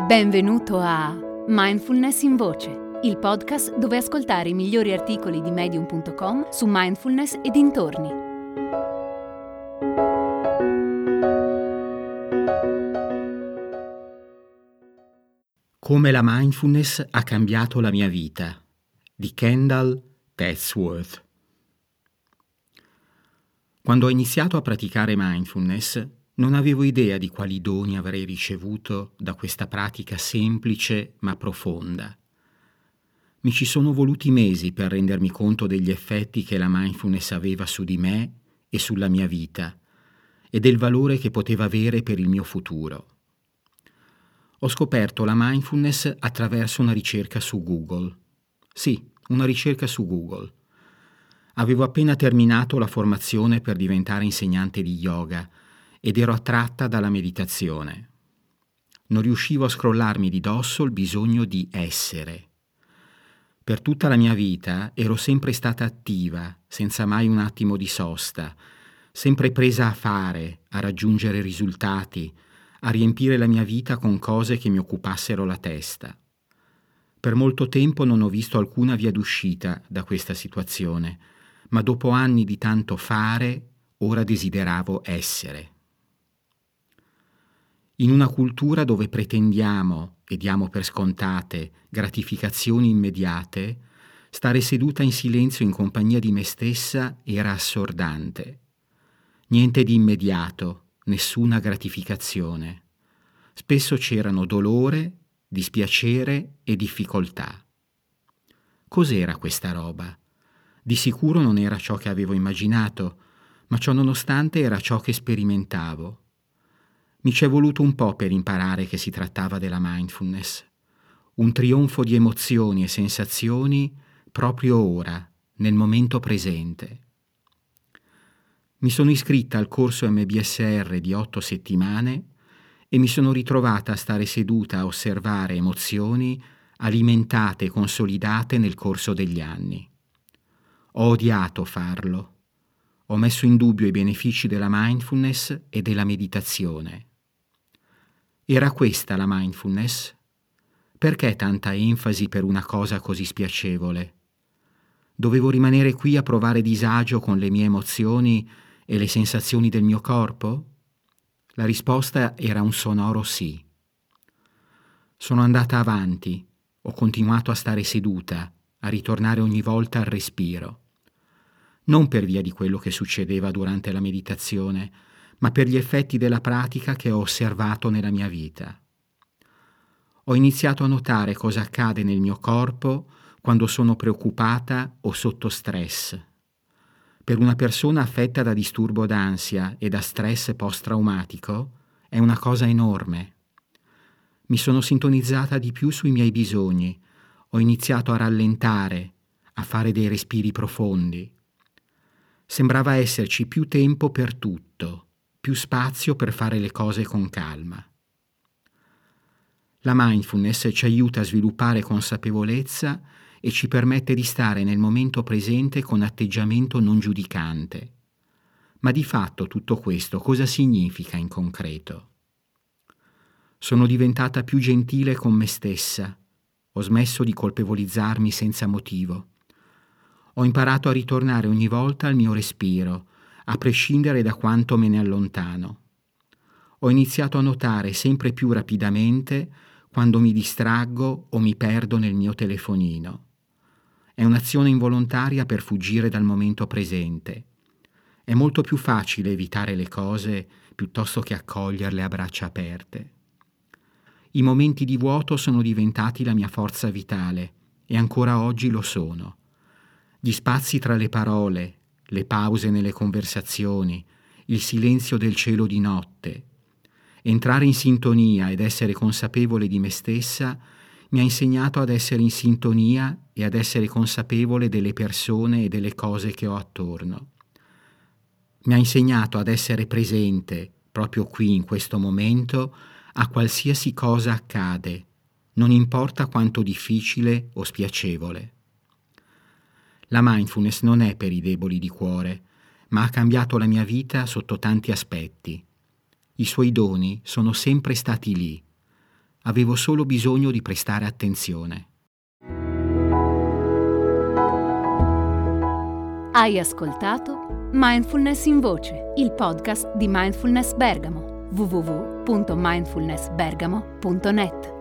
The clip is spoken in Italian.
Benvenuto a Mindfulness in Voce, il podcast dove ascoltare i migliori articoli di Medium.com su mindfulness e dintorni. Come la mindfulness ha cambiato la mia vita, di Kendall Petsworth. Quando ho iniziato a praticare mindfulness, non avevo idea di quali doni avrei ricevuto da questa pratica semplice ma profonda. Mi ci sono voluti mesi per rendermi conto degli effetti che la mindfulness aveva su di me e sulla mia vita e del valore che poteva avere per il mio futuro. Ho scoperto la mindfulness attraverso una ricerca su Google. Sì, una ricerca su Google. Avevo appena terminato la formazione per diventare insegnante di yoga ed ero attratta dalla meditazione. Non riuscivo a scrollarmi di dosso il bisogno di essere. Per tutta la mia vita ero sempre stata attiva, senza mai un attimo di sosta, sempre presa a fare, a raggiungere risultati, a riempire la mia vita con cose che mi occupassero la testa. Per molto tempo non ho visto alcuna via d'uscita da questa situazione, ma dopo anni di tanto fare, ora desideravo essere. In una cultura dove pretendiamo e diamo per scontate gratificazioni immediate, stare seduta in silenzio in compagnia di me stessa era assordante. Niente di immediato, nessuna gratificazione. Spesso c'erano dolore, dispiacere e difficoltà. Cos'era questa roba? Di sicuro non era ciò che avevo immaginato, ma ciò nonostante era ciò che sperimentavo. Mi ci è voluto un po' per imparare che si trattava della mindfulness. Un trionfo di emozioni e sensazioni proprio ora, nel momento presente. Mi sono iscritta al corso MBSR di 8 settimane e mi sono ritrovata a stare seduta a osservare emozioni alimentate e consolidate nel corso degli anni. Ho odiato farlo. Ho messo in dubbio i benefici della mindfulness e della meditazione. Era questa la mindfulness? Perché tanta enfasi per una cosa così spiacevole? Dovevo rimanere qui a provare disagio con le mie emozioni e le sensazioni del mio corpo? La risposta era un sonoro sì. Sono andata avanti, ho continuato a stare seduta, a ritornare ogni volta al respiro. Non per via di quello che succedeva durante la meditazione, ma per gli effetti della pratica che ho osservato nella mia vita. Ho iniziato a notare cosa accade nel mio corpo quando sono preoccupata o sotto stress. Per una persona affetta da disturbo d'ansia e da stress post-traumatico è una cosa enorme. Mi sono sintonizzata di più sui miei bisogni, ho iniziato a rallentare, a fare dei respiri profondi. Sembrava esserci più tempo per tutto, più spazio per fare le cose con calma. La mindfulness ci aiuta a sviluppare consapevolezza e ci permette di stare nel momento presente con atteggiamento non giudicante. Ma di fatto tutto questo cosa significa in concreto? Sono diventata più gentile con me stessa, ho smesso di colpevolizzarmi senza motivo. Ho imparato a ritornare ogni volta al mio respiro, a prescindere da quanto me ne allontano. Ho iniziato a notare sempre più rapidamente quando mi distraggo o mi perdo nel mio telefonino. È un'azione involontaria per fuggire dal momento presente. È molto più facile evitare le cose piuttosto che accoglierle a braccia aperte. I momenti di vuoto sono diventati la mia forza vitale e ancora oggi lo sono. Gli spazi tra le parole, le pause nelle conversazioni, il silenzio del cielo di notte. Entrare in sintonia ed essere consapevole di me stessa mi ha insegnato ad essere in sintonia e ad essere consapevole delle persone e delle cose che ho attorno. Mi ha insegnato ad essere presente, proprio qui in questo momento, a qualsiasi cosa accade, non importa quanto difficile o spiacevole. La mindfulness non è per i deboli di cuore, ma ha cambiato la mia vita sotto tanti aspetti. I suoi doni sono sempre stati lì. Avevo solo bisogno di prestare attenzione. Hai ascoltato Mindfulness in Voce, il podcast di Mindfulness Bergamo. www.mindfulnessbergamo.net